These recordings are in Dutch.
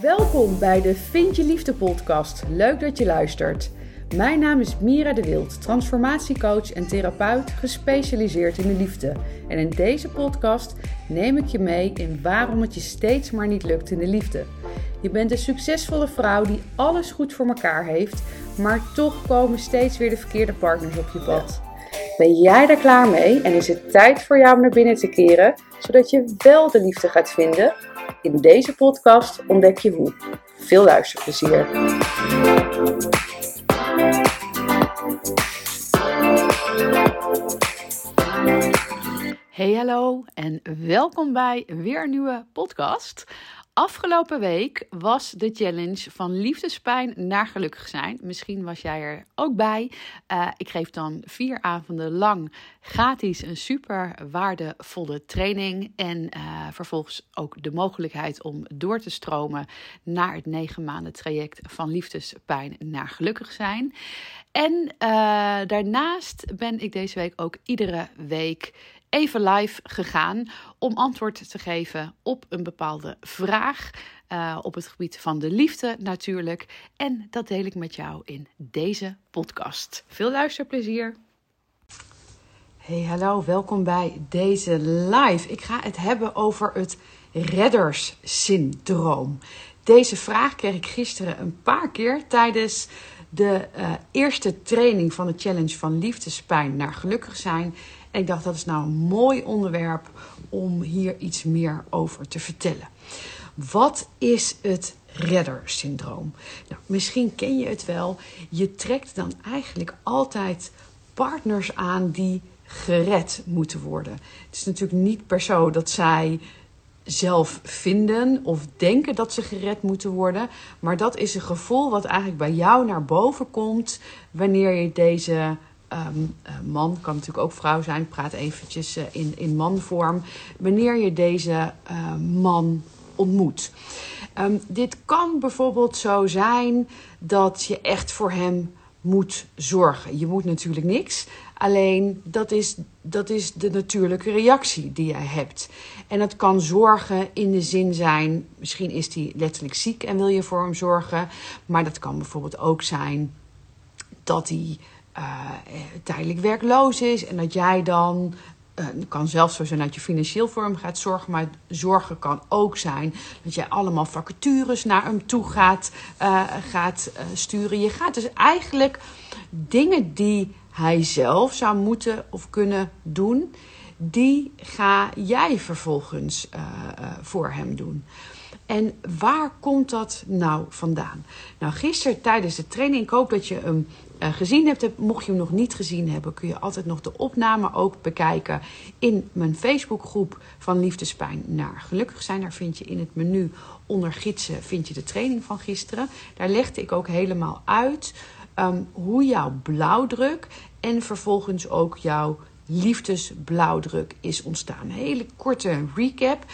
Welkom bij de Vind je Liefde podcast. Leuk dat je luistert. Mijn naam is Mira de Wild, transformatiecoach en therapeut gespecialiseerd in de liefde. En in deze podcast neem ik je mee in waarom het je steeds maar niet lukt in de liefde. Je bent een succesvolle vrouw die alles goed voor elkaar heeft, maar toch komen steeds weer de verkeerde partners op je pad. Ben jij daar klaar mee en is het tijd voor jou om naar binnen te keren, zodat je wel de liefde gaat vinden? In deze podcast ontdek je hoe. Veel luisterplezier. Hey, hallo en welkom bij weer een nieuwe podcast. Afgelopen week was de challenge van liefdespijn naar gelukkig zijn. Misschien was jij er ook bij. Ik geef dan 4 avonden lang gratis een super waardevolle training. En vervolgens ook de mogelijkheid om door te stromen naar het 9 maanden traject van liefdespijn naar gelukkig zijn. En daarnaast ben ik deze week ook iedere week even live gegaan om antwoord te geven op een bepaalde vraag op het gebied van de liefde natuurlijk. En dat deel ik met jou in deze podcast. Veel luisterplezier. Hey, hallo, welkom bij deze live. Ik ga het hebben over het redderssyndroom. Deze vraag kreeg ik gisteren een paar keer tijdens de eerste training van de challenge van liefdespijn naar gelukkig zijn. En ik dacht, dat is nou een mooi onderwerp om hier iets meer over te vertellen. Wat is het reddersyndroom? Nou, misschien ken je het wel. Je trekt dan eigenlijk altijd partners aan die gered moeten worden. Het is natuurlijk niet per se dat zij zelf vinden of denken dat ze gered moeten worden. Maar dat is een gevoel wat eigenlijk bij jou naar boven komt wanneer je deze man, kan natuurlijk ook vrouw zijn, praat eventjes in manvorm, wanneer je deze man ontmoet. Dit kan bijvoorbeeld zo zijn dat je echt voor hem moet zorgen. Je moet natuurlijk niks, alleen dat is de natuurlijke reactie die jij hebt. En dat kan zorgen in de zin zijn, misschien is hij letterlijk ziek en wil je voor hem zorgen, maar dat kan bijvoorbeeld ook zijn dat hij tijdelijk werkloos is en dat jij dan, het kan zelfs zo zijn dat je financieel voor hem gaat zorgen, maar zorgen kan ook zijn dat jij allemaal vacatures naar hem toe gaat sturen. Je gaat dus eigenlijk dingen die hij zelf zou moeten of kunnen doen, die ga jij vervolgens voor hem doen. En waar komt dat nou vandaan? Nou, gisteren tijdens de training, ik hoop dat je hem gezien hebt. Mocht je hem nog niet gezien hebben, kun je altijd nog de opname ook bekijken in mijn Facebookgroep van liefdespijn naar gelukkig zijn. Daar vind je in het menu onder gidsen vind je de training van gisteren. Daar legde ik ook helemaal uit hoe jouw blauwdruk en vervolgens ook jouw liefdesblauwdruk is ontstaan. Een hele korte recap.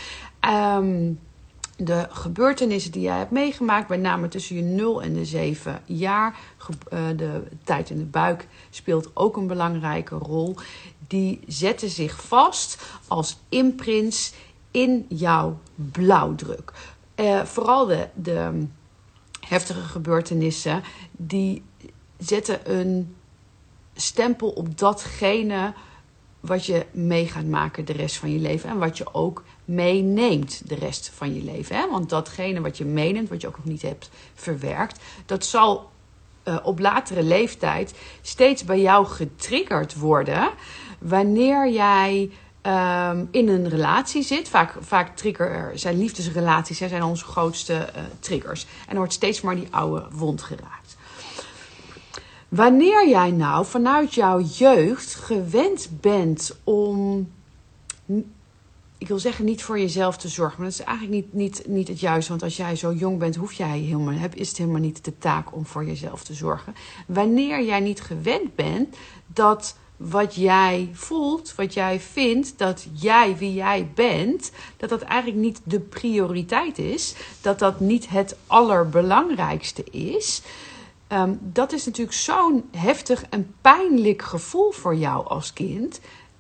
De gebeurtenissen die jij hebt meegemaakt, met name tussen je 0 en de 7 jaar. De tijd in de buik speelt ook een belangrijke rol. Die zetten zich vast als imprints in jouw blauwdruk. Vooral de heftige gebeurtenissen, die zetten een stempel op datgene wat je mee gaat maken de rest van je leven. En wat je ook meeneemt de rest van je leven. Hè? Want datgene wat je meeneemt, wat je ook nog niet hebt verwerkt, dat zal op latere leeftijd steeds bij jou getriggerd worden wanneer jij in een relatie zit. Vaak zijn liefdesrelaties zijn onze grootste triggers. En er wordt steeds maar die oude wond geraakt. Wanneer jij nou vanuit jouw jeugd gewend bent om, ik wil zeggen, niet voor jezelf te zorgen, maar dat is eigenlijk niet het juiste. Want als jij zo jong bent, is het helemaal niet de taak om voor jezelf te zorgen. Wanneer jij niet gewend bent dat wat jij voelt, wat jij vindt, dat jij wie jij bent, dat eigenlijk niet de prioriteit is, dat niet het allerbelangrijkste is. Dat is natuurlijk zo'n heftig en pijnlijk gevoel voor jou als kind,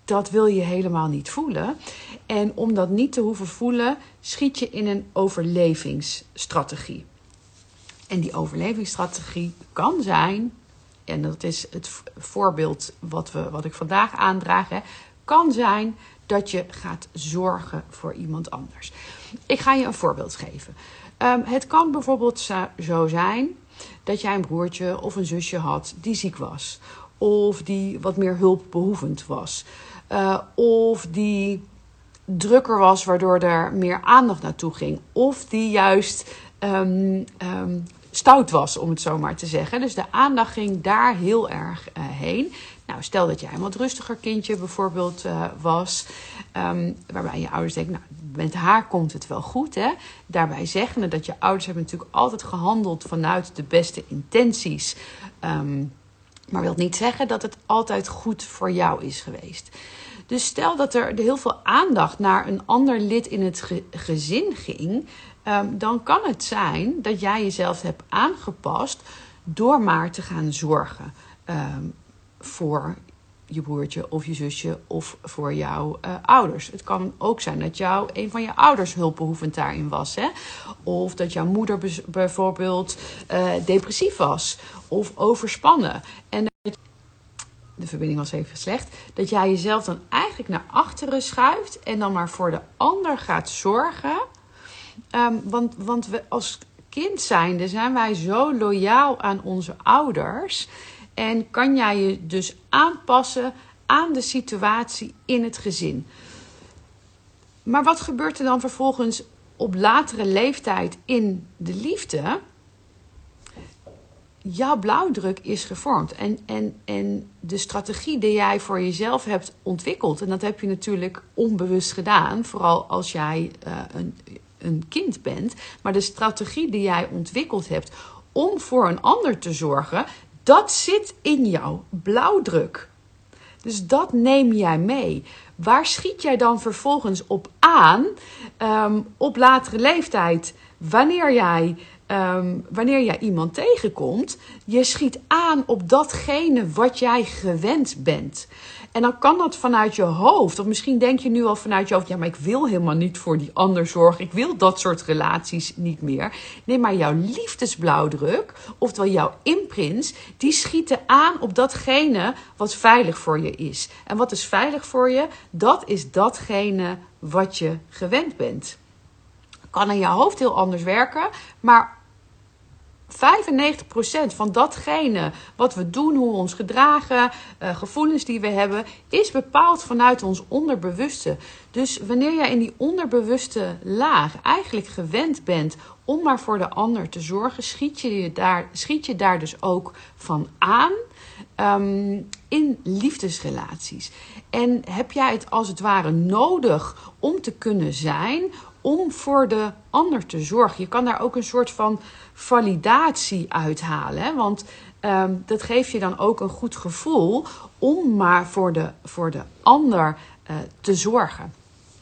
dat wil je helemaal niet voelen. En om dat niet te hoeven voelen, schiet je in een overlevingsstrategie. En die overlevingsstrategie kan zijn, en dat is het voorbeeld wat ik vandaag aandraag, kan zijn dat je gaat zorgen voor iemand anders. Ik ga je een voorbeeld geven. Het kan bijvoorbeeld zo zijn dat jij een broertje of een zusje had die ziek was. Of die wat meer hulpbehoevend was. Of die drukker was, waardoor er meer aandacht naartoe ging. Of die juist stout was, om het zo maar te zeggen. Dus de aandacht ging daar heel erg heen. Nou, stel dat jij een wat rustiger kindje bijvoorbeeld was. Waarbij je ouders denken, nou, met haar komt het wel goed. Hè? Daarbij zeggen dat je ouders hebben natuurlijk altijd gehandeld vanuit de beste intenties. Maar wil niet zeggen dat het altijd goed voor jou is geweest. Dus stel dat er heel veel aandacht naar een ander lid in het gezin ging. Dan kan het zijn dat jij jezelf hebt aangepast door maar te gaan zorgen voor je broertje of je zusje of voor jouw ouders. Het kan ook zijn dat een van je ouders hulpbehoevend daarin was. Hè? Of dat jouw moeder bijvoorbeeld depressief was of overspannen. En de verbinding was even slecht. Dat jij jezelf dan eigenlijk naar achteren schuift en dan maar voor de ander gaat zorgen. Want we als kind zijnde zijn wij zo loyaal aan onze ouders. En kan jij je dus aanpassen aan de situatie in het gezin. Maar wat gebeurt er dan vervolgens op latere leeftijd in de liefde? Jouw blauwdruk is gevormd. En de strategie die jij voor jezelf hebt ontwikkeld. En dat heb je natuurlijk onbewust gedaan. Vooral als jij een kind bent. Maar de strategie die jij ontwikkeld hebt om voor een ander te zorgen, dat zit in jouw blauwdruk. Dus dat neem jij mee. Waar schiet jij dan vervolgens op aan op latere leeftijd? Wanneer jij iemand tegenkomt, je schiet aan op datgene wat jij gewend bent. En dan kan dat vanuit je hoofd. Of misschien denk je nu al vanuit je hoofd, ja, maar ik wil helemaal niet voor die ander zorgen. Ik wil dat soort relaties niet meer. Nee, maar jouw liefdesblauwdruk, oftewel jouw imprints, die schieten aan op datgene wat veilig voor je is. En wat is veilig voor je? Dat is datgene wat je gewend bent. Kan in je hoofd heel anders werken, maar 95% van datgene wat we doen, hoe we ons gedragen, gevoelens die we hebben, is bepaald vanuit ons onderbewuste. Dus wanneer jij in die onderbewuste laag eigenlijk gewend bent om maar voor de ander te zorgen, schiet je daar dus ook van aan in liefdesrelaties. En heb jij het als het ware nodig om te kunnen zijn, om voor de ander te zorgen. Je kan daar ook een soort van validatie uithalen. Hè? Want dat geeft je dan ook een goed gevoel om maar voor de ander te zorgen.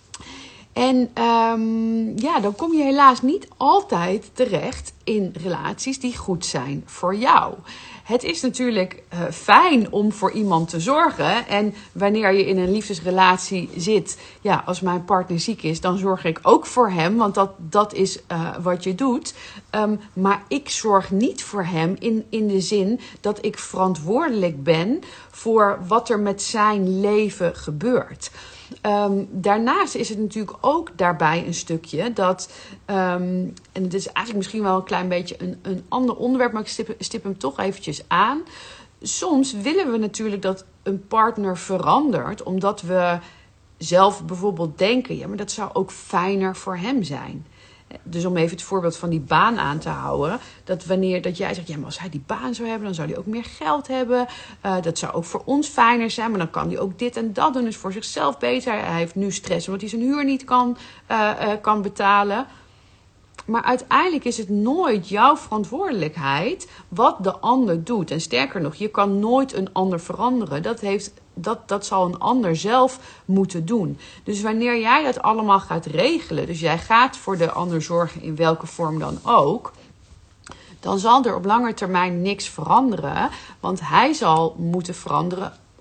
En dan kom je helaas niet altijd terecht in relaties die goed zijn voor jou. Het is natuurlijk fijn om voor iemand te zorgen. En wanneer je in een liefdesrelatie zit, ja, als mijn partner ziek is, dan zorg ik ook voor hem. Want dat is wat je doet. Maar ik zorg niet voor hem in de zin dat ik verantwoordelijk ben voor wat er met zijn leven gebeurt. Daarnaast is het natuurlijk ook daarbij een stukje dat, en het is eigenlijk misschien wel een klein beetje een ander onderwerp, maar ik stip hem toch eventjes aan. Soms willen we natuurlijk dat een partner verandert, omdat we zelf bijvoorbeeld denken, ja, maar dat zou ook fijner voor hem zijn. Dus om even het voorbeeld van die baan aan te houden. Dat wanneer dat jij zegt, ja, maar als hij die baan zou hebben, dan zou hij ook meer geld hebben. Dat zou ook voor ons fijner zijn. Maar dan kan hij ook dit en dat doen. Dus voor zichzelf beter. Hij heeft nu stress omdat hij zijn huur niet kan betalen. Maar uiteindelijk is het nooit jouw verantwoordelijkheid wat de ander doet. En sterker nog, je kan nooit een ander veranderen. Dat zal een ander zelf moeten doen. Dus wanneer jij dat allemaal gaat regelen, dus jij gaat voor de ander zorgen in welke vorm dan ook, dan zal er op lange termijn niks veranderen. Want hij zal moeten veranderen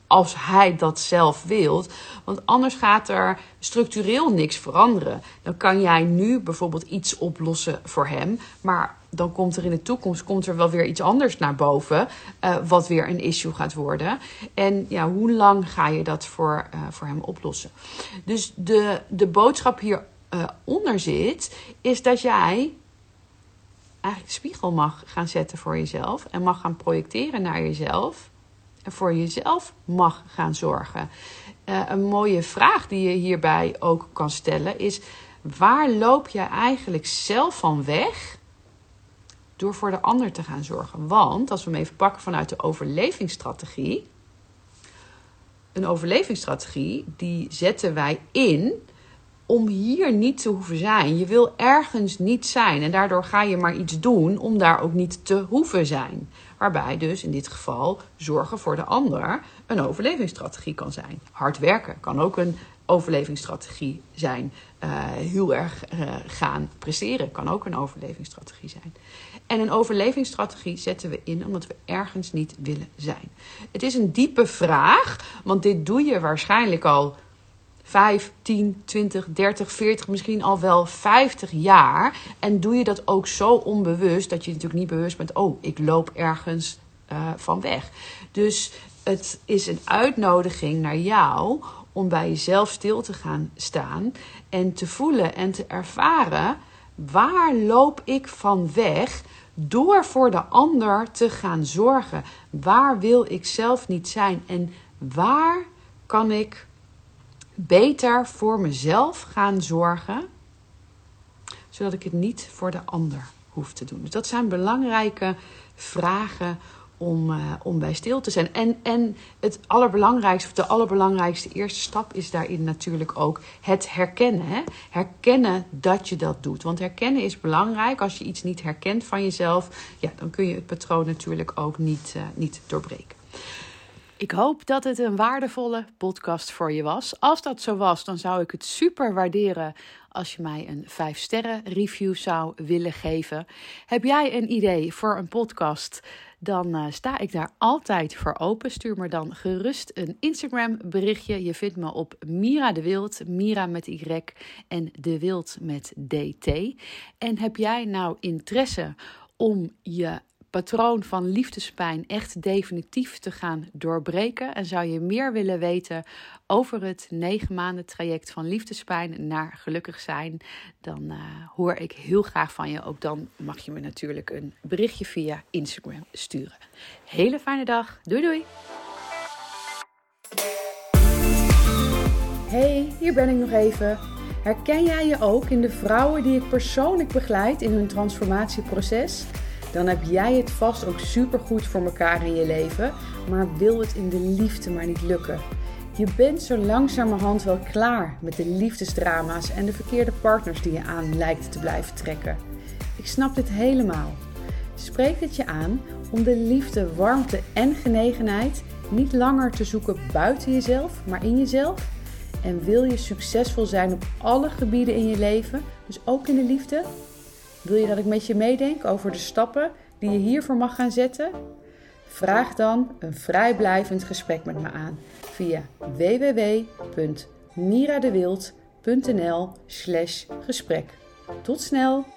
als hij dat zelf wilt. Want anders gaat er structureel niks veranderen. Dan kan jij nu bijvoorbeeld iets oplossen voor hem. Maar dan komt er in de toekomst wel weer iets anders naar boven. Wat weer een issue gaat worden. En ja, hoe lang ga je dat voor hem oplossen? Dus de boodschap hieronder zit, is dat jij eigenlijk de spiegel mag gaan zetten voor jezelf. En mag gaan projecteren naar jezelf. En voor jezelf mag gaan zorgen. Een mooie vraag die je hierbij ook kan stellen is: waar loop je eigenlijk zelf van weg door voor de ander te gaan zorgen? Want als we hem even pakken vanuit de overlevingsstrategie. Een overlevingsstrategie die zetten wij in om hier niet te hoeven zijn. Je wil ergens niet zijn en daardoor ga je maar iets doen om daar ook niet te hoeven zijn. Waarbij dus in dit geval zorgen voor de ander een overlevingsstrategie kan zijn. Hard werken kan ook een overlevingsstrategie zijn. Heel erg gaan presteren kan ook een overlevingsstrategie zijn. En een overlevingsstrategie zetten we in omdat we ergens niet willen zijn. Het is een diepe vraag, want dit doe je waarschijnlijk al 5, 10, 20, 30, 40, misschien al wel 50 jaar. En doe je dat ook zo onbewust dat je natuurlijk niet bewust bent: oh, ik loop ergens van weg. Dus het is een uitnodiging naar jou om bij jezelf stil te gaan staan en te voelen en te ervaren: waar loop ik van weg door voor de ander te gaan zorgen? Waar wil ik zelf niet zijn? En waar kan ik beter voor mezelf gaan zorgen, zodat ik het niet voor de ander hoef te doen? Dus dat zijn belangrijke vragen om bij stil te zijn. En het allerbelangrijkste, of de allerbelangrijkste eerste stap is daarin natuurlijk ook het herkennen. Hè? Herkennen dat je dat doet. Want herkennen is belangrijk. Als je iets niet herkent van jezelf, ja, dan kun je het patroon natuurlijk ook niet doorbreken. Ik hoop dat het een waardevolle podcast voor je was. Als dat zo was, dan zou ik het super waarderen als je mij een 5-sterren review zou willen geven. Heb jij een idee voor een podcast? Dan sta ik daar altijd voor open. Stuur me dan gerust een Instagram berichtje. Je vindt me op Mira de Wild, Mira met Y en de Wild met DT. En heb jij nou interesse om je patroon van liefdespijn echt definitief te gaan doorbreken? En zou je meer willen weten over het 9 maanden traject van liefdespijn naar gelukkig zijn? Dan hoor ik heel graag van je. Ook dan mag je me natuurlijk een berichtje via Instagram sturen. Hele fijne dag. Doei doei. Hey, hier ben ik nog even. Herken jij je ook in de vrouwen die ik persoonlijk begeleid in hun transformatieproces? Dan heb jij het vast ook supergoed voor elkaar in je leven, maar wil het in de liefde maar niet lukken. Je bent zo langzamerhand wel klaar met de liefdesdrama's en de verkeerde partners die je aan lijkt te blijven trekken. Ik snap dit helemaal. Spreekt het je aan om de liefde, warmte en genegenheid niet langer te zoeken buiten jezelf, maar in jezelf? En wil je succesvol zijn op alle gebieden in je leven, dus ook in de liefde? Wil je dat ik met je meedenk over de stappen die je hiervoor mag gaan zetten? Vraag dan een vrijblijvend gesprek met me aan via www.miradewild.nl/gesprek. Tot snel!